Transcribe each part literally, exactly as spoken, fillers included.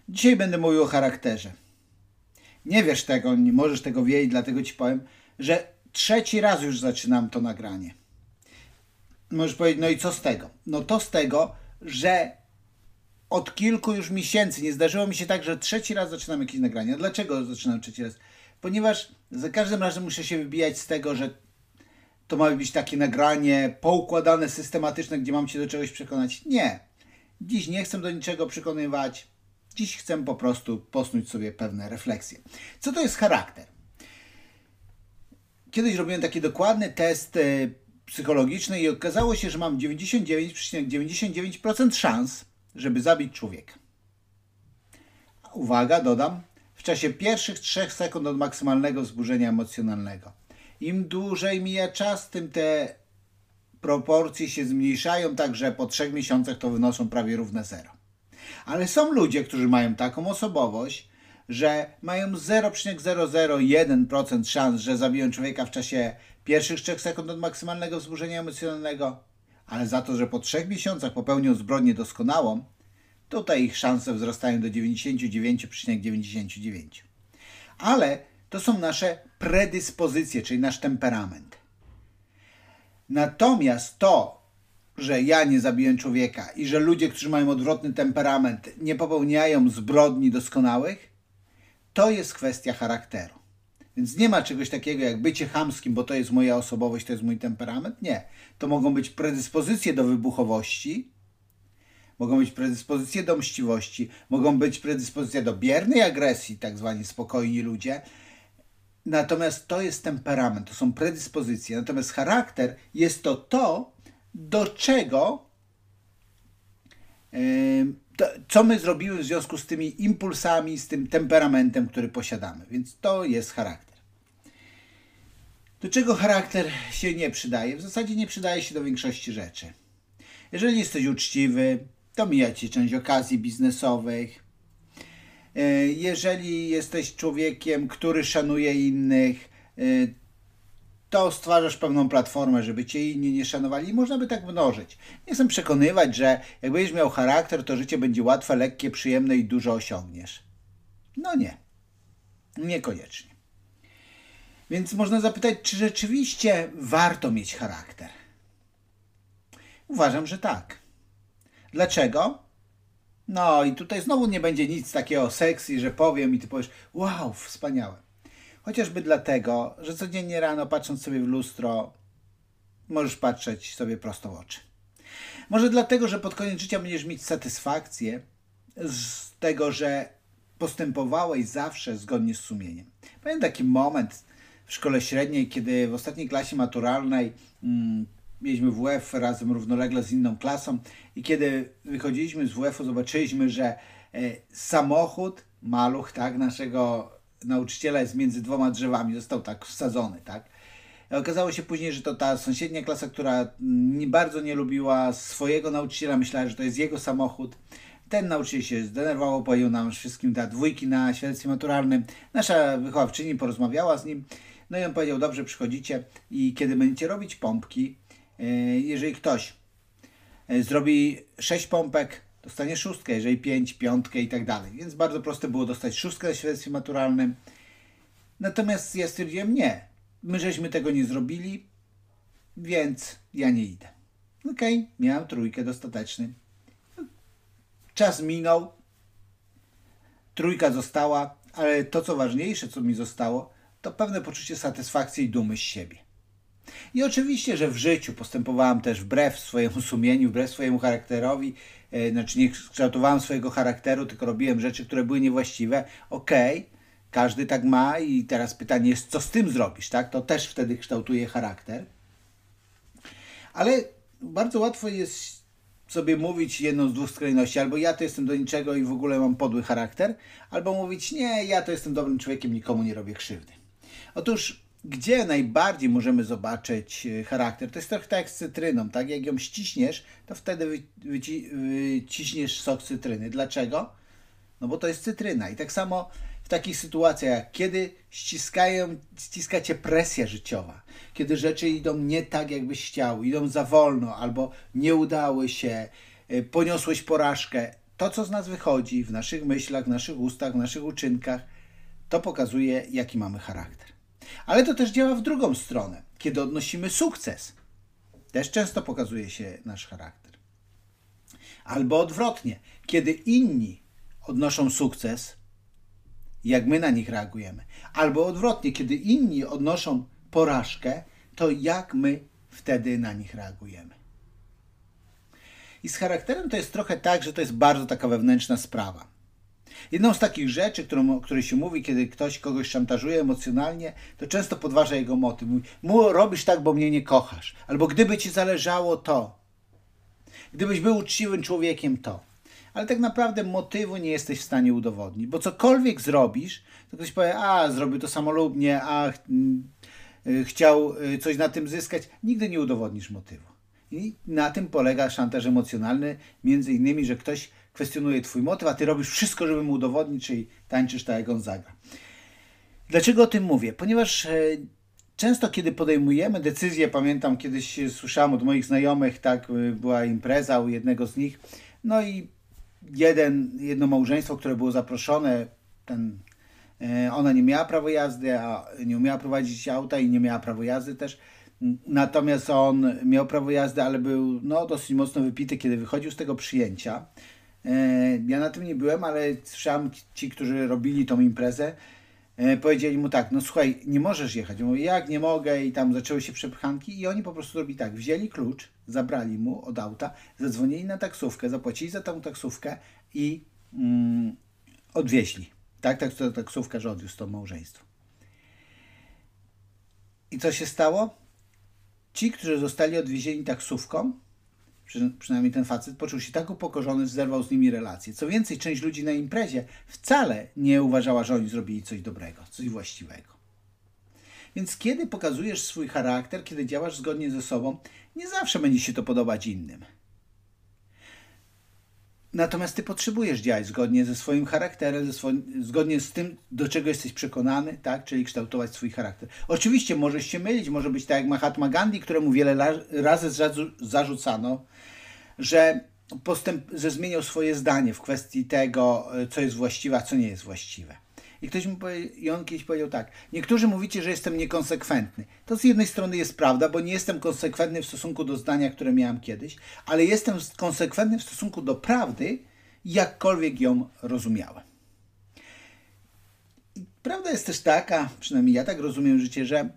Dzisiaj będę mówił o charakterze. Nie wiesz tego, nie możesz tego wiedzieć, dlatego ci powiem, że trzeci raz już zaczynam to nagranie. Możesz powiedzieć, no i co z tego? No to z tego, że od kilku już miesięcy nie zdarzyło mi się tak, że trzeci raz zaczynam jakieś nagrania. Dlaczego zaczynam trzeci raz? Ponieważ za każdym razem muszę się wybijać z tego, że to ma być takie nagranie poukładane, systematyczne, gdzie mam cię do czegoś przekonać. Nie. Dziś nie chcę do niczego przekonywać. Dziś chcę po prostu posnuć sobie pewne refleksje. Co to jest charakter? Kiedyś robiłem taki dokładny test psychologiczny i okazało się, że mam dziewięćdziesiąt dziewięć przecinek dziewięćdziesiąt dziewięć procent szans, żeby zabić człowieka. Uwaga, dodam, w czasie pierwszych trzech sekund od maksymalnego wzburzenia emocjonalnego. Im dłużej mija czas, tym te proporcje się zmniejszają, tak że po trzech miesiącach to wynoszą prawie równe zero. Ale są ludzie, którzy mają taką osobowość, że mają zero przecinek zero zero jeden procent szans, że zabiją człowieka w czasie pierwszych trzech sekund od maksymalnego wzburzenia emocjonalnego, ale za to, że po trzech miesiącach popełnią zbrodnię doskonałą, tutaj ich szanse wzrastają do dziewięćdziesiąt dziewięć przecinek dziewięćdziesiąt dziewięć. Ale to są nasze predyspozycje, czyli nasz temperament. Natomiast to, że ja nie zabiłem człowieka i że ludzie, którzy mają odwrotny temperament, nie popełniają zbrodni doskonałych, to jest kwestia charakteru. Więc nie ma czegoś takiego jak bycie chamskim, bo to jest moja osobowość, to jest mój temperament. Nie. To mogą być predyspozycje do wybuchowości, mogą być predyspozycje do mściwości, mogą być predyspozycje do biernej agresji, tak zwani spokojni ludzie. Natomiast to jest temperament, to są predyspozycje. Natomiast charakter jest to to, do czego, yy, to, co my zrobimy w związku z tymi impulsami, z tym temperamentem, który posiadamy. Więc to jest charakter. Do czego charakter się nie przydaje? W zasadzie nie przydaje się do większości rzeczy. Jeżeli jesteś uczciwy, to mija ci część okazji biznesowych. Jeżeli jesteś człowiekiem, który szanuje innych, to stwarzasz pewną platformę, żeby cię inni nie szanowali i można by tak mnożyć. Nie chcę przekonywać, że jak będziesz miał charakter, to życie będzie łatwe, lekkie, przyjemne i dużo osiągniesz. No nie. Niekoniecznie. Więc można zapytać, czy rzeczywiście warto mieć charakter? Uważam, że tak. Dlaczego? No i tutaj znowu nie będzie nic takiego sexy, że powiem i ty powiesz, wow, wspaniałe. Chociażby dlatego, że codziennie rano patrząc sobie w lustro, możesz patrzeć sobie prosto w oczy. Może dlatego, że pod koniec życia będziesz mieć satysfakcję z tego, że postępowałeś zawsze zgodnie z sumieniem. Pamiętam taki moment w szkole średniej, kiedy w ostatniej klasie maturalnej mm, mieliśmy W F razem równolegle z inną klasą i kiedy wychodziliśmy z W F-u, zobaczyliśmy, że e, samochód, maluch, tak, naszego nauczyciela jest między dwoma drzewami, został tak wsadzony, tak. I okazało się później, że to ta sąsiednia klasa, która nie, bardzo nie lubiła swojego nauczyciela, myślała, że to jest jego samochód. Ten nauczyciel się zdenerwował, powiedział nam wszystkim da dwójki na świadectwie maturalnym. Nasza wychowawczyni porozmawiała z nim, no i on powiedział, dobrze, przychodzicie i kiedy będziecie robić pompki, jeżeli ktoś zrobi sześć pompek, dostanie szóstkę, jeżeli pięć, piątkę i tak dalej. Więc bardzo proste było dostać szóstkę na świadectwie maturalnym. Natomiast ja stwierdziłem, nie, my żeśmy tego nie zrobili, więc ja nie idę. Okej, okay, miałem trójkę, dostateczny. Czas minął, trójka została, ale to co ważniejsze, co mi zostało, to pewne poczucie satysfakcji i dumy z siebie. I oczywiście, że w życiu postępowałem też wbrew swojemu sumieniu, wbrew swojemu charakterowi, yy, znaczy nie kształtowałem swojego charakteru, tylko robiłem rzeczy, które były niewłaściwe. Okej, okay, każdy tak ma i teraz pytanie jest, co z tym zrobisz, tak? To też wtedy kształtuje charakter. Ale bardzo łatwo jest sobie mówić jedną z dwóch skrajności, albo ja to jestem do niczego i w ogóle mam podły charakter, albo mówić, nie, ja to jestem dobrym człowiekiem, nikomu nie robię krzywdy. Otóż gdzie najbardziej możemy zobaczyć charakter? To jest trochę tak jak z cytryną, tak? Jak ją ściśniesz, to wtedy wyci wyciśniesz sok cytryny. Dlaczego? No bo to jest cytryna. I tak samo w takich sytuacjach, jak kiedy ściskają, ściska cię presja życiowa, kiedy rzeczy idą nie tak, jakbyś chciał, idą za wolno, albo nie udały się, poniosłeś porażkę, To, co z nas wychodzi w naszych myślach, w naszych ustach, w naszych uczynkach, to pokazuje, jaki mamy charakter. Ale to też działa w drugą stronę. Kiedy odnosimy sukces, też często pokazuje się nasz charakter. Albo odwrotnie, kiedy inni odnoszą sukces, jak my na nich reagujemy. Albo odwrotnie, kiedy inni odnoszą porażkę, to jak my wtedy na nich reagujemy. I z charakterem to jest trochę tak, że to jest bardzo taka wewnętrzna sprawa. Jedną z takich rzeczy, którą, o której się mówi, kiedy ktoś kogoś szantażuje emocjonalnie, to często podważa jego motyw. Mówi, mu robisz tak, bo mnie nie kochasz. Albo gdyby ci zależało, to. Gdybyś był uczciwym człowiekiem, to. Ale tak naprawdę motywu nie jesteś w stanie udowodnić, bo cokolwiek zrobisz, to ktoś powie, a zrobił to samolubnie, a ch chciał coś na tym zyskać. Nigdy nie udowodnisz motywu. I na tym polega szantaż emocjonalny, między innymi, że ktoś kwestionuje twój motyw, a ty robisz wszystko, żeby mu udowodnić, czyli tańczysz tak, jak on zagra. Dlaczego o tym mówię? Ponieważ e, często, kiedy podejmujemy decyzje, pamiętam, kiedyś słyszałem od moich znajomych, tak, była impreza u jednego z nich, no i jeden, jedno małżeństwo, które było zaproszone, ten, e, ona nie miała prawa jazdy, a nie umiała prowadzić auta i nie miała prawa jazdy też. Natomiast on miał prawo jazdy, ale był no, dosyć mocno wypity, kiedy wychodził z tego przyjęcia. Ja na tym nie byłem, ale słyszałem, ci, którzy robili tą imprezę, powiedzieli mu tak, no słuchaj, nie możesz jechać. Ja mówię, jak nie mogę? I tam zaczęły się przepychanki i oni po prostu robili tak, wzięli klucz, zabrali mu od auta, zadzwonili na taksówkę, zapłacili za tą taksówkę i mm, odwieźli. Tak, tak, to taksówkarz odwiózł to małżeństwo. I co się stało? Ci, którzy zostali odwiezieni taksówką, przy, przynajmniej ten facet, poczuł się tak upokorzony, że zerwał z nimi relacje. Co więcej, część ludzi na imprezie wcale nie uważała, że oni zrobili coś dobrego, coś właściwego. Więc kiedy pokazujesz swój charakter, kiedy działasz zgodnie ze sobą, nie zawsze będzie się to podobać innym. Natomiast ty potrzebujesz działać zgodnie ze swoim charakterem, ze swoim, zgodnie z tym, do czego jesteś przekonany, tak? Czyli kształtować swój charakter. Oczywiście możesz się mylić, może być tak jak Mahatma Gandhi, któremu wiele razy zarzucano, że, postęp, że zmieniał swoje zdanie w kwestii tego, co jest właściwe, a co nie jest właściwe. I ktoś mu powie, i on kiedyś powiedział tak, niektórzy mówicie, że jestem niekonsekwentny. To z jednej strony jest prawda, bo nie jestem konsekwentny w stosunku do zdania, które miałem kiedyś, ale jestem konsekwentny w stosunku do prawdy, jakkolwiek ją rozumiałem. I prawda jest też taka, przynajmniej ja tak rozumiem życie, że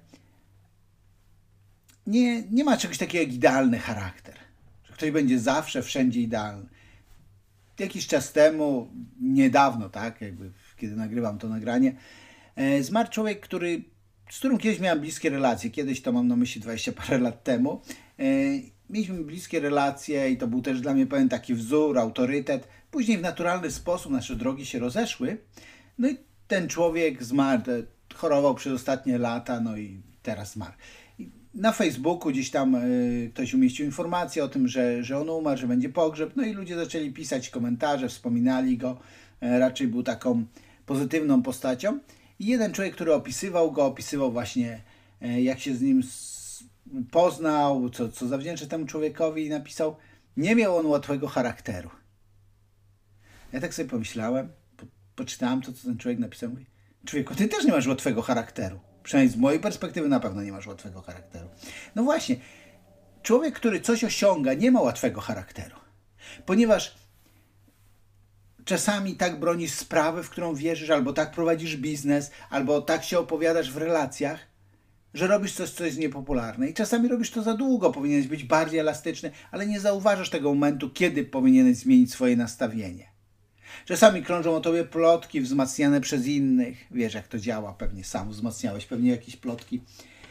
nie, nie ma czegoś takiego jak idealny charakter. Że ktoś będzie zawsze, wszędzie idealny. Jakiś czas temu, niedawno, tak, jakby kiedy nagrywam to nagranie, e, zmarł człowiek, który, z którym kiedyś miałem bliskie relacje. Kiedyś, to mam na myśli dwadzieścia parę lat temu. E, mieliśmy bliskie relacje i to był też dla mnie pewien taki wzór, autorytet. Później w naturalny sposób nasze drogi się rozeszły. No i ten człowiek zmarł, chorował przez ostatnie lata, no i teraz zmarł. I na Facebooku gdzieś tam y, ktoś umieścił informację o tym, że, że on umarł, że będzie pogrzeb, no i ludzie zaczęli pisać komentarze, wspominali go, y, raczej był taką pozytywną postacią. I jeden człowiek, który opisywał go, opisywał właśnie y, jak się z nim poznał, co, co zawdzięcza temu człowiekowi i napisał, nie miał on łatwego charakteru. Ja tak sobie pomyślałem, po, poczytałem to, co ten człowiek napisał, mówi, człowieku, ty też nie masz łatwego charakteru. Przynajmniej z mojej perspektywy na pewno nie masz łatwego charakteru. No właśnie, człowiek, który coś osiąga, nie ma łatwego charakteru. Ponieważ czasami tak bronisz sprawy, w którą wierzysz, albo tak prowadzisz biznes, albo tak się opowiadasz w relacjach, że robisz coś, co jest niepopularne. I czasami robisz to za długo, powinieneś być bardziej elastyczny, ale nie zauważasz tego momentu, kiedy powinieneś zmienić swoje nastawienie. Czasami krążą o tobie plotki wzmacniane przez innych. Wiesz, jak to działa, pewnie sam wzmacniałeś pewnie jakieś plotki.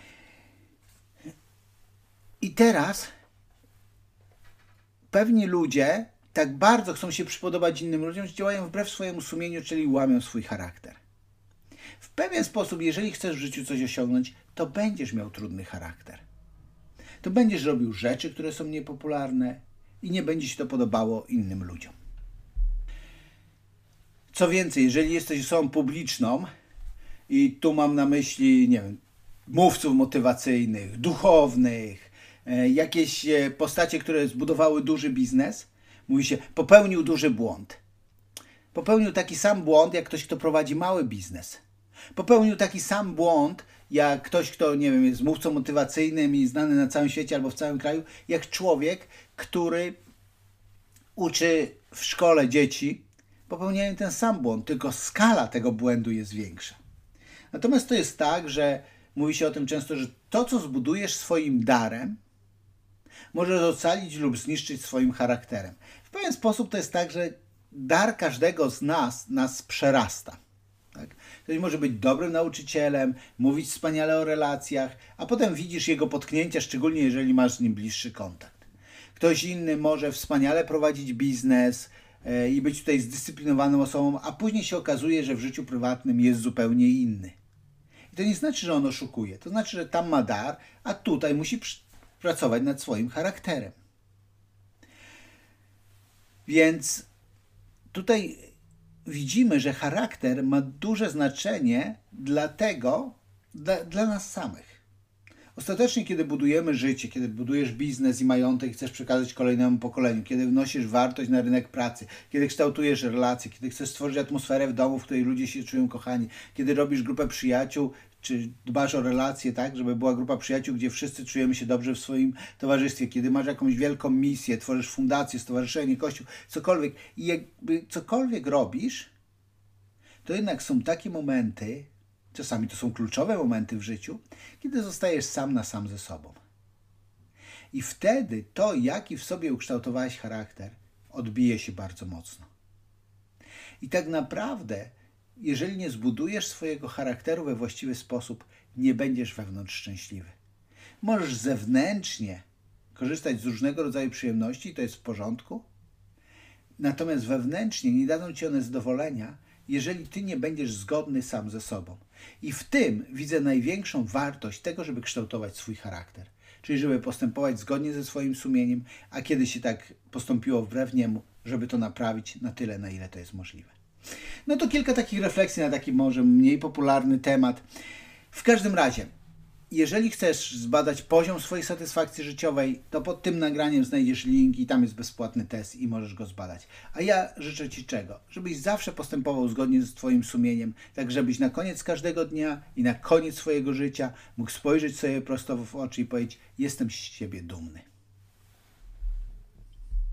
I teraz pewni ludzie tak bardzo chcą się przypodobać innym ludziom, że działają wbrew swojemu sumieniu, czyli łamią swój charakter. W pewien sposób, jeżeli chcesz w życiu coś osiągnąć, to będziesz miał trudny charakter. To będziesz robił rzeczy, które są niepopularne i nie będzie się to podobało innym ludziom. Co więcej, jeżeli jesteś osobą publiczną i tu mam na myśli, nie wiem, mówców motywacyjnych, duchownych, jakieś postacie, które zbudowały duży biznes, Mówi się, popełnił duży błąd. Popełnił taki sam błąd, jak ktoś, kto prowadzi mały biznes. Popełnił taki sam błąd, jak ktoś, kto, nie wiem, jest mówcą motywacyjnym i znany na całym świecie albo w całym kraju, jak człowiek, który uczy w szkole dzieci, popełniają ten sam błąd, tylko skala tego błędu jest większa. Natomiast to jest tak, że mówi się o tym często, że to, co zbudujesz swoim darem, możesz ocalić lub zniszczyć swoim charakterem. W pewien sposób to jest tak, że dar każdego z nas nas przerasta. Tak? Ktoś może być dobrym nauczycielem, mówić wspaniale o relacjach, a potem widzisz jego potknięcia, szczególnie jeżeli masz z nim bliższy kontakt. Ktoś inny może wspaniale prowadzić biznes e, i być tutaj zdyscyplinowaną osobą, a później się okazuje, że w życiu prywatnym jest zupełnie inny. I to nie znaczy, że on oszukuje. To znaczy, że tam ma dar, a tutaj musi pr- pracować nad swoim charakterem. Więc tutaj widzimy, że charakter ma duże znaczenie dla tego, dla, dla nas samych. Ostatecznie, kiedy budujemy życie, kiedy budujesz biznes i majątek i chcesz przekazać kolejnemu pokoleniu, kiedy wnosisz wartość na rynek pracy, kiedy kształtujesz relacje, kiedy chcesz stworzyć atmosferę w domu, w której ludzie się czują kochani, kiedy robisz grupę przyjaciół, czy dbasz o relacje, tak, żeby była grupa przyjaciół, gdzie wszyscy czujemy się dobrze w swoim towarzystwie, kiedy masz jakąś wielką misję, tworzysz fundację, stowarzyszenie, kościół, cokolwiek i jakby cokolwiek robisz, to jednak są takie momenty, czasami to są kluczowe momenty w życiu, kiedy zostajesz sam na sam ze sobą. I wtedy to, jaki w sobie ukształtowałeś charakter, odbije się bardzo mocno. I tak naprawdę, jeżeli nie zbudujesz swojego charakteru we właściwy sposób, nie będziesz wewnątrz szczęśliwy. Możesz zewnętrznie korzystać z różnego rodzaju przyjemności, to jest w porządku, natomiast wewnętrznie nie dadzą ci one zadowolenia, jeżeli ty nie będziesz zgodny sam ze sobą. I w tym widzę największą wartość tego, żeby kształtować swój charakter. Czyli żeby postępować zgodnie ze swoim sumieniem, a kiedy się tak postąpiło wbrew niemu, żeby to naprawić na tyle, na ile to jest możliwe. No to kilka takich refleksji na taki może mniej popularny temat. W każdym razie, jeżeli chcesz zbadać poziom swojej satysfakcji życiowej, to pod tym nagraniem znajdziesz link i tam jest bezpłatny test i możesz go zbadać. A ja życzę ci czego? Żebyś zawsze postępował zgodnie z twoim sumieniem, tak żebyś na koniec każdego dnia i na koniec swojego życia mógł spojrzeć sobie prosto w oczy i powiedzieć: jestem z siebie dumny.